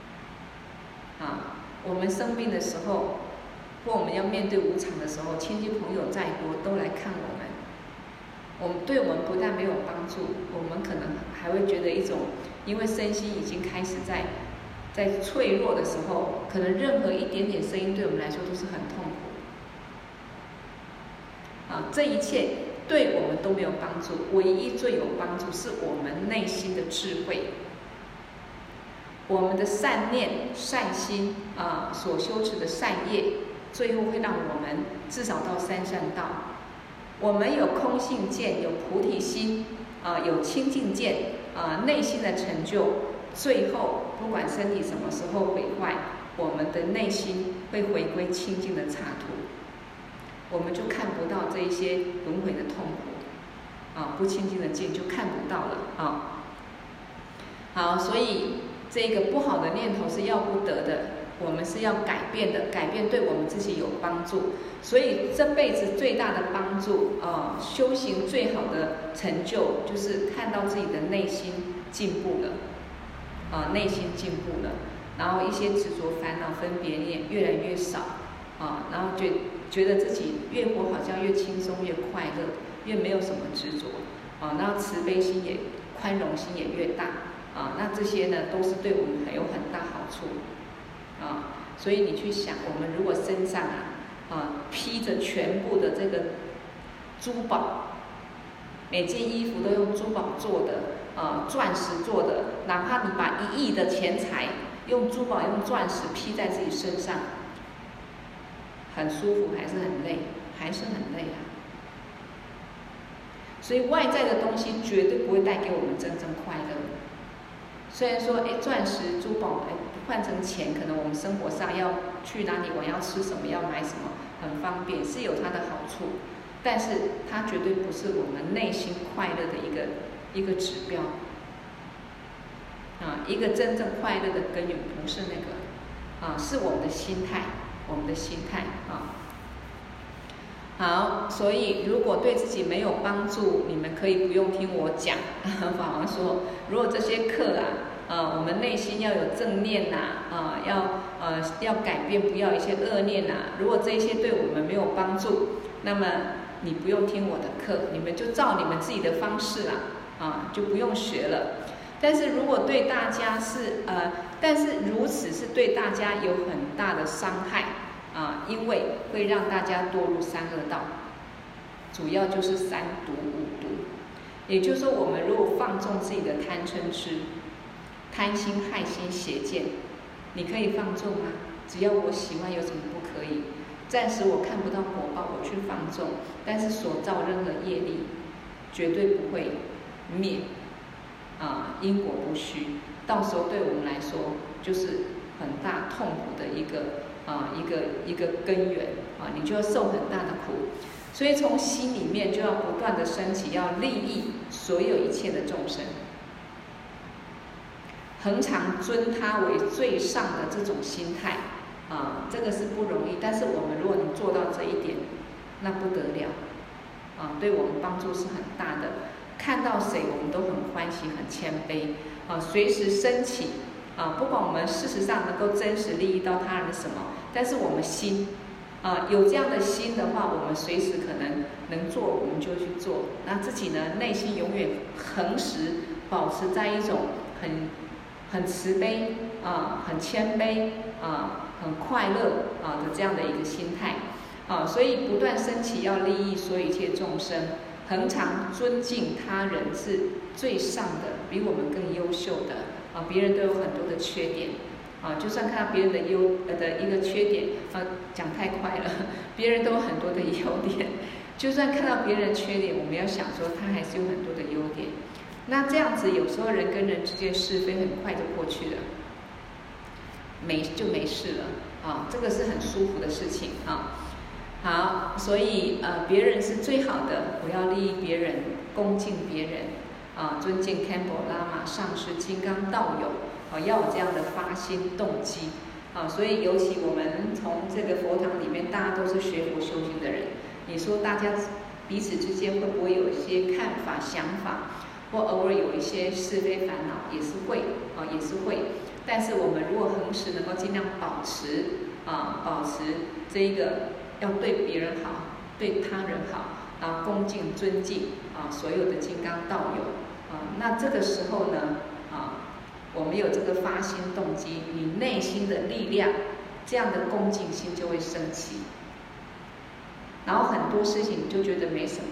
啊，我们生病的时候，或我们要面对无常的时候，亲戚朋友再多都来看我们，我们对我们不但没有帮助，我们可能还会觉得一种。因为身心已经开始在在脆弱的时候，可能任何一点点声音对我们来说都是很痛苦。啊，这一切对我们都没有帮助，唯一最有帮助是我们内心的智慧，我们的善念、善心啊，所修持的善业，最后会让我们至少到三善道。我们有空性见，有菩提心啊，有清净见。啊，内心的成就，最后不管身体什么时候毁坏，我们的内心会回归清净的刹土，我们就看不到这一些轮回的痛苦，啊，不清净的境就看不到了啊。好，所以这个不好的念头是要不得的，我们是要改变的，改变对我们自己有帮助。所以这辈子最大的帮助啊、呃，修行最好的成就就是看到自己的内心进步了，啊、呃，内心进步了，然后一些执着烦恼分别念越来越少，啊、呃，然后觉觉得自己越活好像越轻松越快乐，越没有什么执着，啊、呃，然后慈悲心也宽容心也越大，啊、呃，那这些呢都是对我们很有很大好处，啊、呃，所以你去想，我们如果身上啊。啊，披着全部的这个珠宝，每件衣服都用珠宝做的，啊，钻石做的，哪怕你把一亿的钱财用珠宝、用钻石披在自己身上，很舒服还是很累？还是很累啊！所以外在的东西绝对不会带给我们真正快乐。虽然说，哎，钻石、珠宝，哎，换成钱，可能我们生活上要去哪里玩，要吃什么，要买什么，很方便，是有它的好处，但是它绝对不是我们内心快乐的一个一个指标。啊，一个真正快乐的根源不是那个，啊，是我们的心态，我们的心态啊。好，所以如果对自己没有帮助，你们可以不用听我讲。法王说，如果这些课啊，呃，我们内心要有正念呐、啊，啊、呃，要呃要改变，不要一些恶念呐、啊。如果这些对我们没有帮助，那么你不用听我的课，你们就照你们自己的方式啦，啊，就不用学了。但是如果对大家是呃，但是如此是对大家有很大的伤害。啊，因为会让大家堕入三恶道，主要就是三毒五毒。也就是说，我们如果放纵自己的贪嗔痴、贪心、害心、邪见，你可以放纵吗？只要我喜欢，有什么不可以？暂时我看不到果报，我去放纵，但是所造任何业力，绝对不会灭， 啊因果不虚，到时候对我们来说就是很大痛苦的一个啊一个一个根源啊，你就要受很大的苦。所以从心里面就要不断的升起，要利益所有一切的众生，恒常尊他为最上的这种心态啊，这个是不容易。但是我们如果能做到这一点，那不得了啊，对我们帮助是很大的。看到谁我们都很欢喜、很谦卑啊，随时升起啊，不管我们事实上能够真实利益到他人什么，但是我们心。啊，有这样的心的话，我们随时可能能做，我们就去做。那自己呢，内心永远恒时保持在一种很很慈悲啊、很谦卑啊、很快乐啊的这样的一个心态啊，所以不断升起要利益所有一切众生，恒常尊敬他人是最上的，比我们更优秀的啊，别人都有很多的缺点。啊，就算看到别人的优呃的一个缺点，啊，讲太快了，别人都有很多的优点。就算看到别人的缺点，我们要想说他还是有很多的优点。那这样子，有时候人跟人之间是非很快就过去了，没就没事了啊，这个是很舒服的事情啊。好，所以呃，别人是最好的，不要利益别人，恭敬别人啊，尊敬堪婆拉玛上师、金刚道友。啊，要有这样的发心动机啊，所以尤其我们从这个佛堂里面，大家都是学佛修行的人，你说大家彼此之间会不会有一些看法、想法，或偶尔有一些是非烦恼，也是会啊，也是会。但是我们如果恒时能够尽量保持啊，保持这一个要对别人好，对他人好，然后恭敬尊敬啊所有的金刚道友啊，那这个时候呢啊。我们有这个发心动机，你内心的力量，这样的恭敬心就会升起，然后很多事情你就觉得没什么，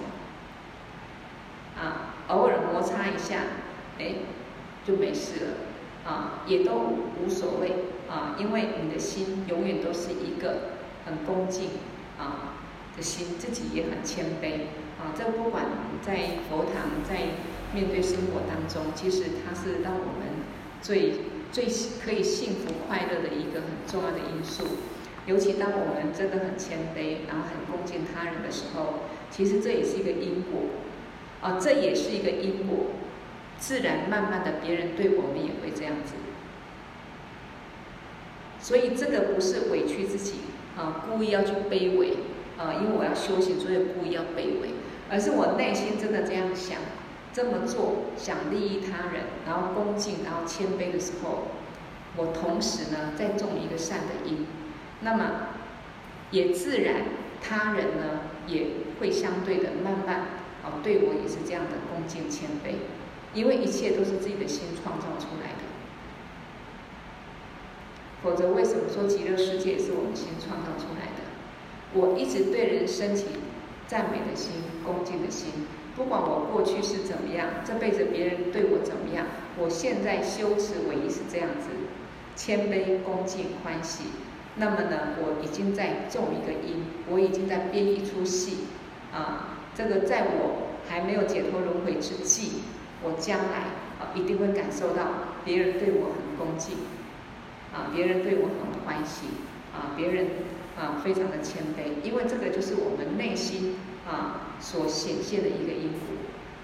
啊，偶尔摩擦一下，哎，就没事了，啊，也都无无所谓啊，因为你的心永远都是一个很恭敬啊的心，自己也很谦卑啊，这不管在佛堂，在面对生活当中，其实它是让我们。最最可以幸福快乐的一个很重要的因素，尤其当我们真的很谦卑，然后很恭敬他人的时候，其实这也是一个因果，啊，这也是一个因果，自然慢慢的别人对我们也会这样子，所以这个不是委屈自己啊，故意要去卑微啊，因为我要修行，所以故意要卑微，而是我内心真的这样想。这么做，想利益他人，然后恭敬，然后谦卑的时候，我同时呢在种一个善的因，那么也自然他人呢也会相对的慢慢啊对我也是这样的恭敬谦卑，因为一切都是自己的心创造出来的，否则为什么说极乐世界是我们心创造出来的？我一直对人升起赞美的心、恭敬的心。不管我过去是怎么样，这辈子别人对我怎么样，我现在修持唯一是这样子，谦卑、恭敬、欢喜。那么呢，我已经在种一个因，我已经在编一出戏啊。这个在我还没有解脱轮回之际，我将来啊一定会感受到别人对我很恭敬，啊，别人对我很欢喜，啊，别人啊非常的谦卑，因为这个就是我们内心。啊，所显现的一个因果，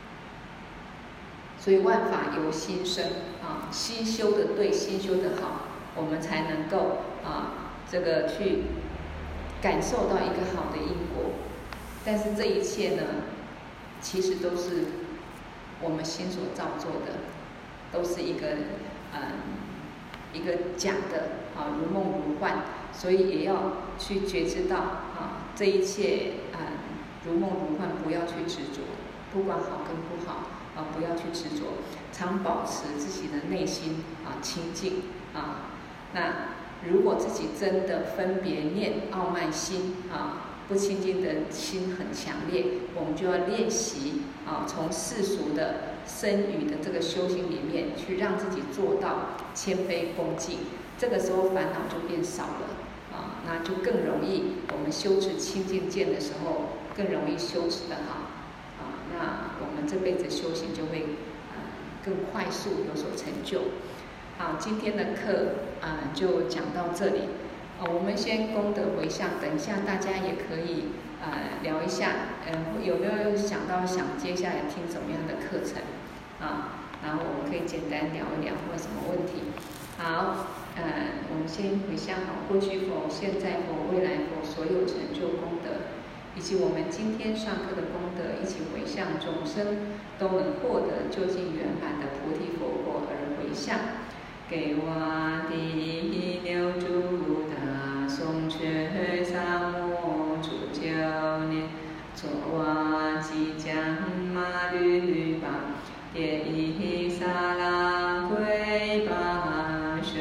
所以万法由心生啊，心修的对，心修的好，我们才能够啊，这个去感受到一个好的因果。但是这一切呢，其实都是我们心所造作的，都是一个嗯一个假的啊，如梦如幻，所以也要去觉知到啊，这一切啊。如梦如幻，不要去执着，不管好跟不好啊，不要去执着，常保持自己的内心啊清净啊。那如果自己真的分别念傲慢心啊，不清净的心很强烈，我们就要练习啊，从世俗的身语的这个修行里面，去让自己做到谦卑恭敬，这个时候烦恼就变少了啊，那就更容易我们修持清净见的时候。更容易修持的好，啊，那我们这辈子修行就会，呃， 更快速有所成就。好，今天的课啊、呃、就讲到这里。啊、呃，我们先功德回向，等一下大家也可以呃聊一下，呃有没有想到想接下来听什么样的课程啊？然后我们可以简单聊一聊或什么问题。好，呃，我们先回向好过去佛、现在佛、未来佛所有成就功德，以及我们今天上课的功德，一起回向众生都能获得究竟圆满的菩提佛果而回向。给我的六祖大颂却萨摩主教念，作我即将马律律巴，迭伊萨拉归巴修。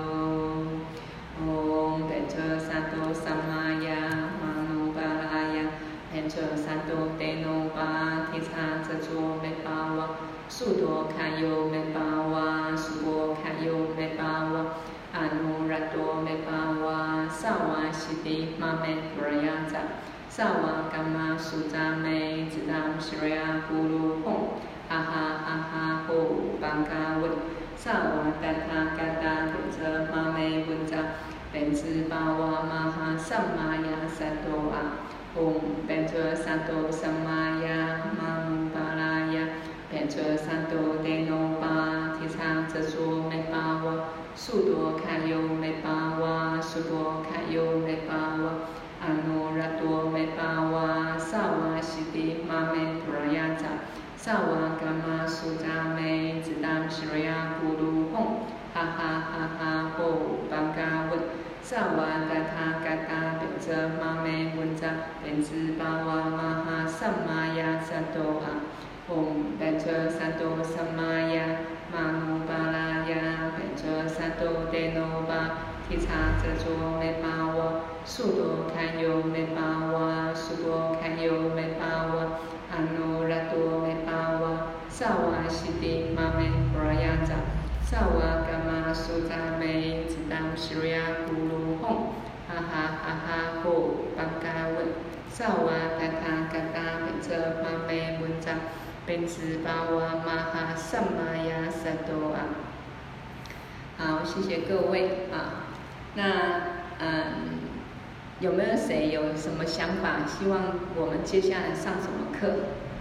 唵贝遮萨多萨玛呀玛努巴拉呀，贝遮萨多德努巴提萨遮卓梅巴瓦。速多卡尤梅巴瓦，速波卡尤梅巴瓦，阿努拉多梅巴瓦，萨瓦西迪玛梅布拉亚扎，萨瓦伽玛苏扎梅，只当西瑞亚咕噜哄，哈哈哈哈吼邦嘎文，萨瓦达他嘎达本遮玛梅文扎，本兹巴瓦玛哈萨玛亚萨多阿，唵本遮萨多萨玛亚玛努巴拉亚。贝遮萨多德努巴提萨遮卓梅巴瓦，速多卡尤梅巴瓦，速多卡尤梅巴瓦，阿努拉多梅巴瓦，萨瓦西迪玛梅布拉亚扎，萨瓦伽玛苏扎梅，只当西瑞亚咕噜哄，哈哈哈哈吼邦嘎文，萨瓦达他嘎达贝遮玛梅文扎，本兹巴瓦玛哈萨玛亚萨多阿。唵贝遮萨多萨玛呀玛努巴拉呀，贝遮萨多德努巴提萨遮卓梅巴瓦，速多卡尤梅巴瓦，速多卡尤梅巴瓦，阿努拉多梅巴瓦，萨瓦西迪玛梅布拉亚扎，萨瓦伽玛苏扎梅，只当西瑞亚咕噜哄，哈哈哈哈吼邦嘎文，萨瓦达他嘎达贝遮玛梅文扎。本兹巴瓦玛哈萨玛亚萨多啊，好，谢谢各位啊。那嗯，有没有谁有什么想法？希望我们接下来上什么课？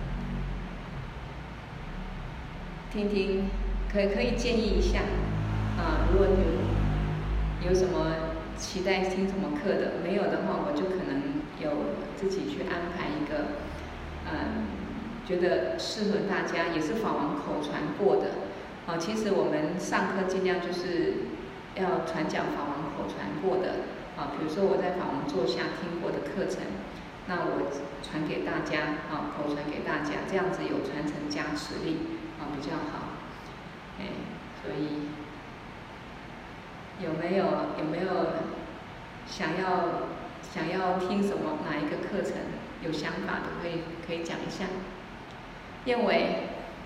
听听，可可以建议一下啊。如果有有什么期待听什么课的，没有的话，我就可能有自己去安排一个嗯。觉得适合大家，也是法王口传过的，啊，其实我们上课尽量就是要传讲法王口传过的，啊，比如说我在法王座下听过的课程，那我传给大家，啊，口传给大家，这样子有传承加持力，啊，比较好，哎，所以有没有有没有想要想要听什么哪一个课程，有想法的可以可以讲一下。燕伟，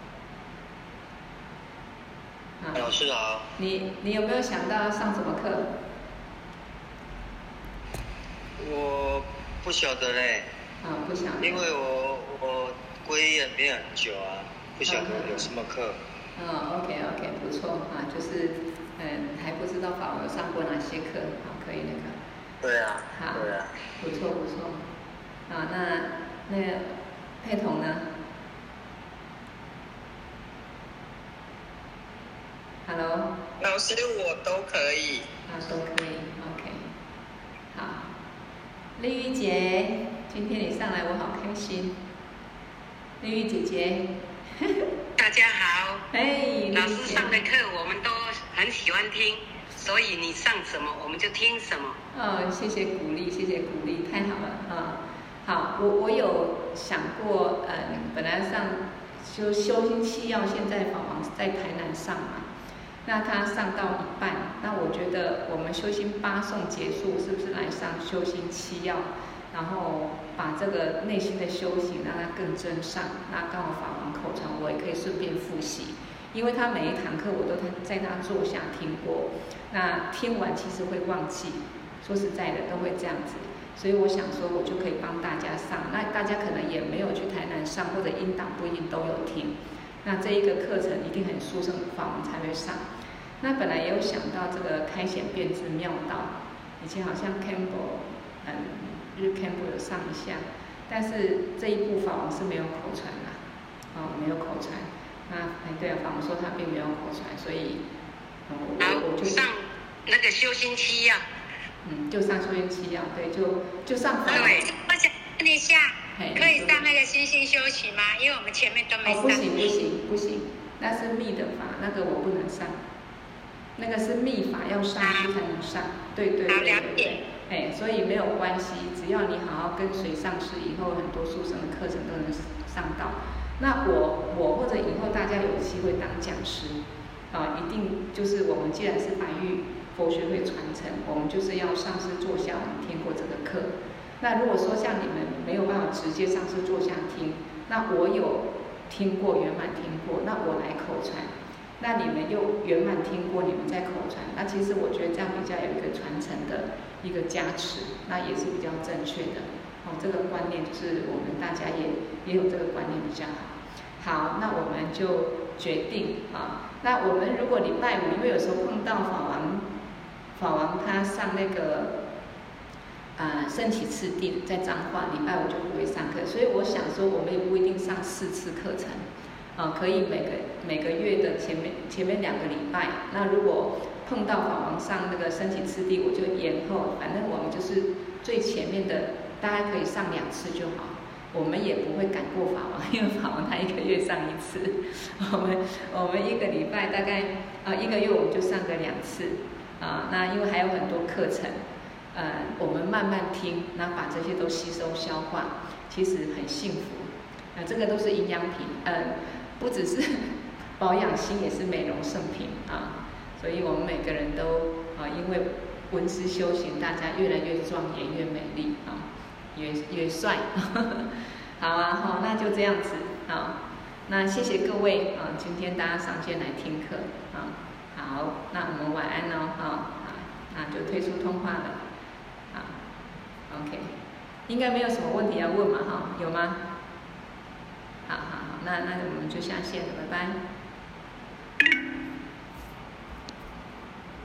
啊， 老师好。 你你有没有想到要上什么课？ 我不晓得嘞。 啊，不晓得。 因为我我皈依也没很久啊，不晓得有什么课。 嗯 ，OK OK， 不错啊，就是嗯还不知道法王有上过哪些课，好，可以那个。 对啊。 好。 对啊。 不错不错。啊，那那佩彤呢？Hello， 老师，我都可以。 啊，都可以 ，OK。好，丽玉姐，今天你上来我好开心。丽玉姐姐， 大家好。 嘿， 老师上的课我们都很喜欢听，所以你上什么我们就听什么。 哦，谢谢鼓励，谢谢鼓励，太好了啊！好，我我有想过，嗯，本来上修修心七要，现在法王在台南上嘛。那他上到一半，那我觉得我们修心八颂结束，是不是来上修心七要，然后把这个内心的修行让它更真上？那刚好法王口传，我也可以顺便复习，因为他每一堂课我都在那坐下听过，那听完其实会忘记，说实在的都会这样子，所以我想说，我就可以帮大家上，那大家可能也没有去台南上，或者音档不一定都有听。 那这一个课程一定很殊胜法王才会上。那本来也有想到这个开显变智妙道，以前好像 Campbell， 嗯，日 Campbell 有上一下，但是这一部法王是没有口传啦，哦，没有口传。那哎对啊，法王说他并没有口传，所以，哦，我我就上那个修心期要， 嗯，就上修心期要，对，就就上法王。 对，我想问一下，可以上那个心性修习吗？因为我们前面都没上。 哦，不行不行不行，那是密的法，那个我不能上。那个是密法，要上师才能上。对对对对对。哎，所以没有关系，只要你好好跟随上师，以后很多殊胜的课程都能上到。那我我或者以后大家有机会当讲师，啊，一定就是我们既然是白玉佛学会传承，我们就是要上师坐下，我们听过这个课。那如果说像你们没有办法直接上师坐下听，那我有听过圆满听过，那我来口传。那你们又圆满听过，你们在口传，那其实我觉得这样比较有一个传承的一个加持，那也是比较正确的。哦，这个观念就是我们大家也也有这个观念比较好。好，那我们就决定啊。那我们如果礼拜五，因为有时候碰到法王，法王他上那个啊升起次第在彰化，礼拜五就不会上课，所以我想说，我们也不一定上四次课程。啊，可以每个每个月的前面前面两个礼拜，那如果碰到法王上那个升起次第，我就延后，反正我们就是最前面的，大概可以上两次就好，我们也不会赶过法王，因为法王他一个月上一次，我们我们一个礼拜大概啊一个月我们就上个两次，啊，那因为还有很多课程，呃，我们慢慢听，然后把这些都吸收消化，其实很幸福，啊，这个都是营养品，呃。不只是保养心，也是美容圣品啊！所以我们每个人都啊，因为闻思修行，大家越来越庄严、越美丽啊，越越帅。好啊，好，那就这样子啊。那谢谢各位啊，今天大家上线来听课啊。好，那我们晚安哦，啊，那就退出通话了。好 ，OK， 应该没有什么问题要问嘛，哈，有吗？好好好，那那我们就下线了，拜拜。